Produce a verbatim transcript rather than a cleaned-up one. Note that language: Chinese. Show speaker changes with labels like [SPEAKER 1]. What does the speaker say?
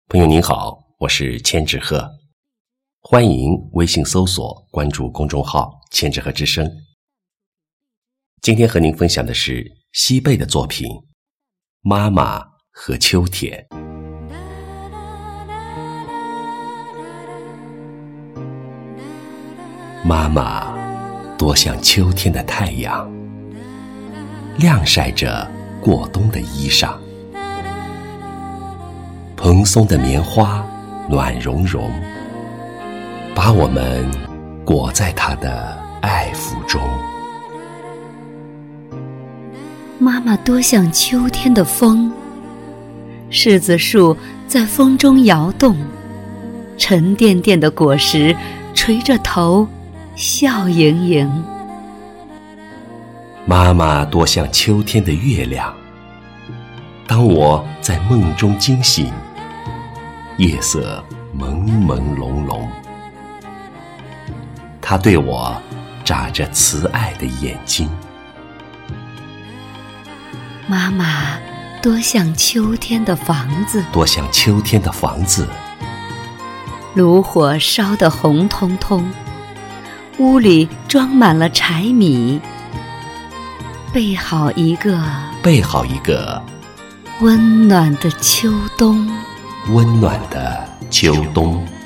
[SPEAKER 1] 朋友您好，我是千纸鹤，欢迎微信搜索关注公众号千纸鹤之声。今天和您分享的是西贝的作品《妈妈和秋天》。妈妈多像秋天的太阳，晾晒着过冬的衣裳，蓬松的棉花暖融融，把我们裹在她的爱抚中。
[SPEAKER 2] 妈妈多像秋天的风，柿子树在风中摇动，沉甸甸的果实垂着头笑盈盈。
[SPEAKER 1] 妈妈多像秋天的月亮，当我在梦中惊醒，夜色朦朦胧胧，她对我眨着慈爱的眼睛。
[SPEAKER 2] 妈妈多像秋天的房子，
[SPEAKER 1] 多像秋天的房子，
[SPEAKER 2] 炉火烧得红彤彤，屋里装满了柴米，备好一个
[SPEAKER 1] 备好一个
[SPEAKER 2] 温暖的秋冬。
[SPEAKER 1] 温暖的秋冬。